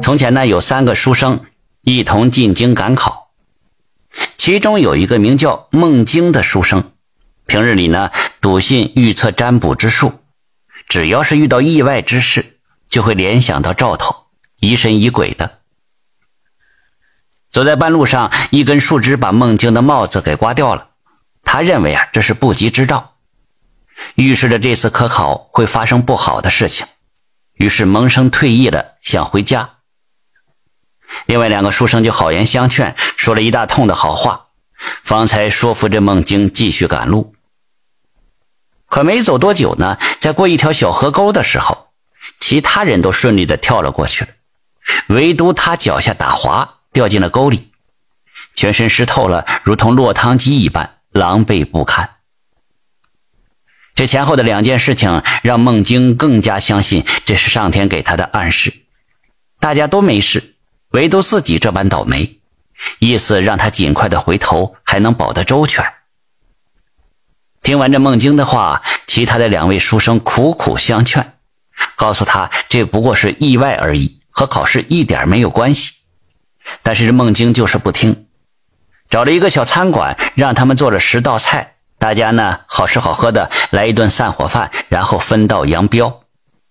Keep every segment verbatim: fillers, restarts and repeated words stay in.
从前呢，有三个书生一同进京赶考，其中有一个名叫孟京的书生，平日里呢笃信预测占卜之术，只要是遇到意外之事，就会联想到兆头，疑神疑鬼的。走在半路上，一根树枝把孟京的帽子给刮掉了，他认为啊这是不吉之兆，预示着这次科考会发生不好的事情，于是萌生退意了，想回家。另外两个书生就好言相劝，说了一大通的好话，方才说服着孟京继续赶路。可没走多久呢，在过一条小河沟的时候，其他人都顺利的跳了过去了，唯独他脚下打滑，掉进了沟里，全身湿透了，如同落汤鸡一般，狼狈不堪。这前后的两件事情让孟京更加相信这是上天给他的暗示，大家都没事，唯独自己这般倒霉，意思让他尽快的回头，还能保得周全。听完这孟京的话，其他的两位书生苦苦相劝，告诉他这不过是意外而已，和考试一点没有关系。但是孟京就是不听，找了一个小餐馆，让他们做了十道菜，大家呢好吃好喝的来一顿散伙饭，然后分道扬镳。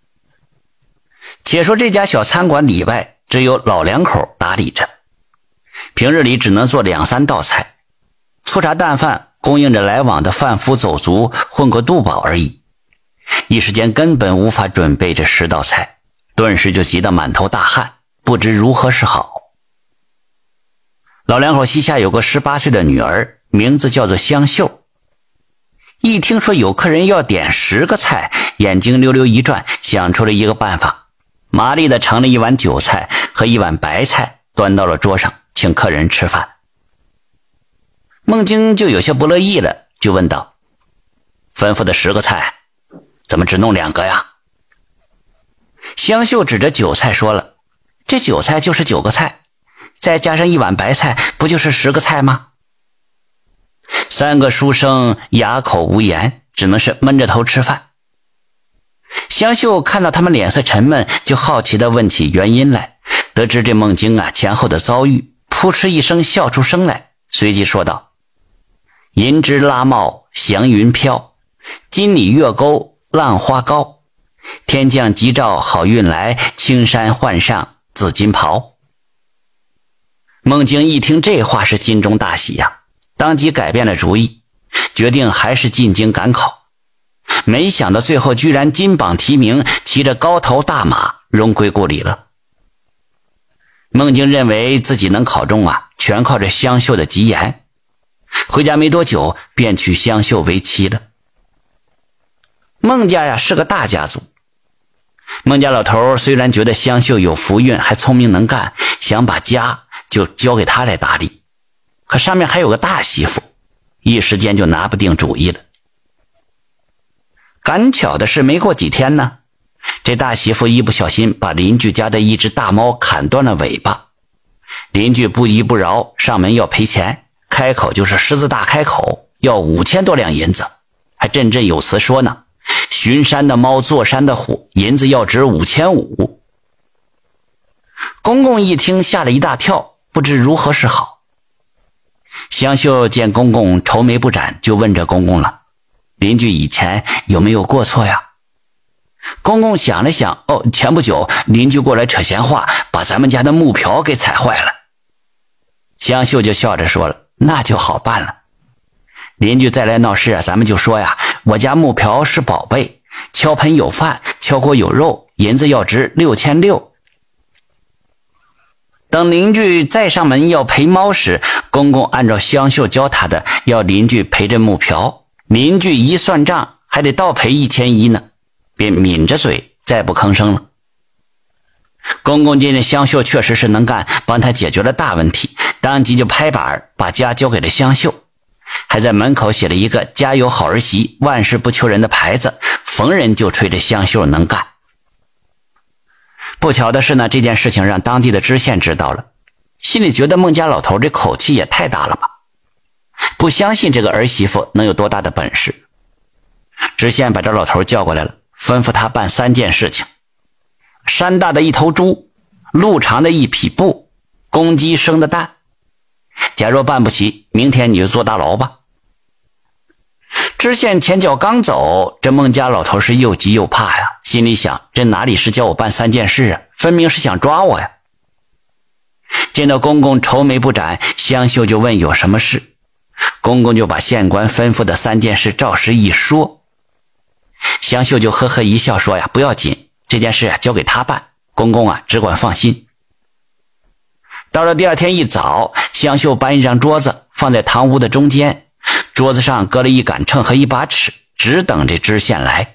且说这家小餐馆里外只有老两口打理着，平日里只能做两三道菜，粗茶淡饭供应着来往的贩夫走卒混个肚饱而已，一时间根本无法准备这十道菜，顿时就急得满头大汗，不知如何是好。老两口膝下有个十八岁的女儿，名字叫做香秀，一听说有客人要点十个菜，眼睛溜溜一转，想出了一个办法，麻利的盛了一碗韭菜和一碗白菜端到了桌上，请客人吃饭。孟京就有些不乐意了，就问道：吩咐的十个菜怎么只弄两个呀？香秀指着韭菜说了，这韭菜就是九个菜，再加上一碗白菜，不就是十个菜吗？三个书生哑口无言，只能是闷着头吃饭。香秀看到他们脸色沉闷，就好奇地问起原因来，得知这孟京啊前后的遭遇，扑哧一声笑出声来，随即说道：银枝拉帽祥云飘，金里月钩浪花高，天降吉兆好运来，青山换上紫金袍。孟京一听这话是心中大喜呀、啊，当即改变了主意，决定还是进京赶考。没想到最后居然金榜题名，骑着高头大马荣归故里了。孟京认为自己能考中啊，全靠着香秀的吉言，回家没多久便娶香秀为妻了。孟家呀是个大家族，孟家老头虽然觉得香秀有福运，还聪明能干，想把家就交给他来打理，可上面还有个大媳妇，一时间就拿不定主意了。赶巧的是没过几天呢，这大媳妇一不小心把邻居家的一只大猫砍断了尾巴，邻居不依不饶，上门要赔钱，开口就是狮子大开口，要五千多两银子，还振振有词说呢，巡山的猫坐山的虎，银子要值五千五。公公一听吓了一大跳，不知如何是好。香秀见公公愁眉不展，就问着公公了，邻居以前有没有过错呀？公公想了想，哦，前不久邻居过来扯闲话，把咱们家的木瓢给踩坏了。香秀就笑着说了，那就好办了，邻居再来闹事啊，咱们就说呀，我家木瓢是宝贝，敲盆有饭，敲锅有肉，银子要值六千六。等邻居再上门要赔猫时，公公按照香秀教他的，要邻居赔这木瓢，邻居一算账还得倒赔一千一呢，便抿着嘴再不吭声了。公公见这香秀确实是能干，帮他解决了大问题，当即就拍板把家交给了香秀，还在门口写了一个家有好儿媳万事不求人的牌子，逢人就吹着香秀能干。不巧的是呢，这件事情让当地的知县知道了，心里觉得孟家老头这口气也太大了吧，不相信这个儿媳妇能有多大的本事。知县把这老头叫过来了，吩咐他办三件事情：山大的一头猪， 路长的一匹布，公鸡生的蛋。假若办不齐，明天你就坐大牢吧。知县前脚刚走，这孟家老头是又急又怕呀，心里想，这哪里是叫我办三件事啊，分明是想抓我呀。见到公公愁眉不展，香秀就问有什么事，公公就把县官吩咐的三件事照实一说。香秀就呵呵一笑说呀，不要紧，这件事啊交给他办，公公啊只管放心。到了第二天一早，香秀搬一张桌子放在堂屋的中间，桌子上搁了一杆秤和一把尺，只等着知县来。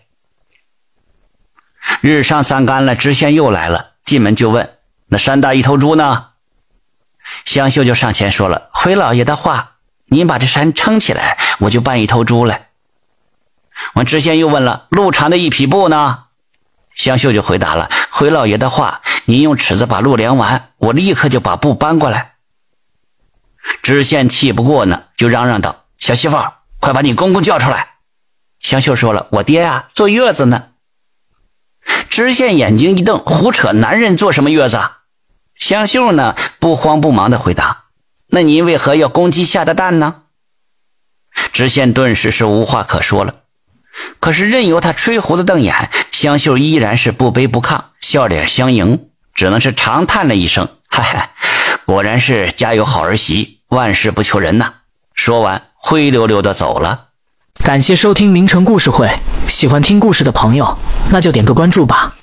日上三竿了，知县又来了，进门就问，那山大一头猪呢？香秀就上前说了，回老爷的话，您把这山撑起来，我就办一头猪来。完，知县又问了，路长的一匹布呢？香秀就回答了，回老爷的话，您用尺子把路量完，我立刻就把布搬过来。知县气不过呢，就嚷嚷道，小媳妇，快把你公公叫出来。香秀说了，我爹啊坐月子呢。知县眼睛一瞪，胡扯，男人做什么月子啊？香秀呢不慌不忙地回答，那您为何要公鸡下的蛋呢？知县顿时是无话可说了。可是任由他吹胡子瞪眼，香秀依然是不卑不亢，笑脸相迎，只能是长叹了一声，嗨嗨，果然是家有好儿媳，万事不求人呐。说完灰溜溜地走了。 感谢收听名城故事会，喜欢听故事的朋友，那就点个关注吧。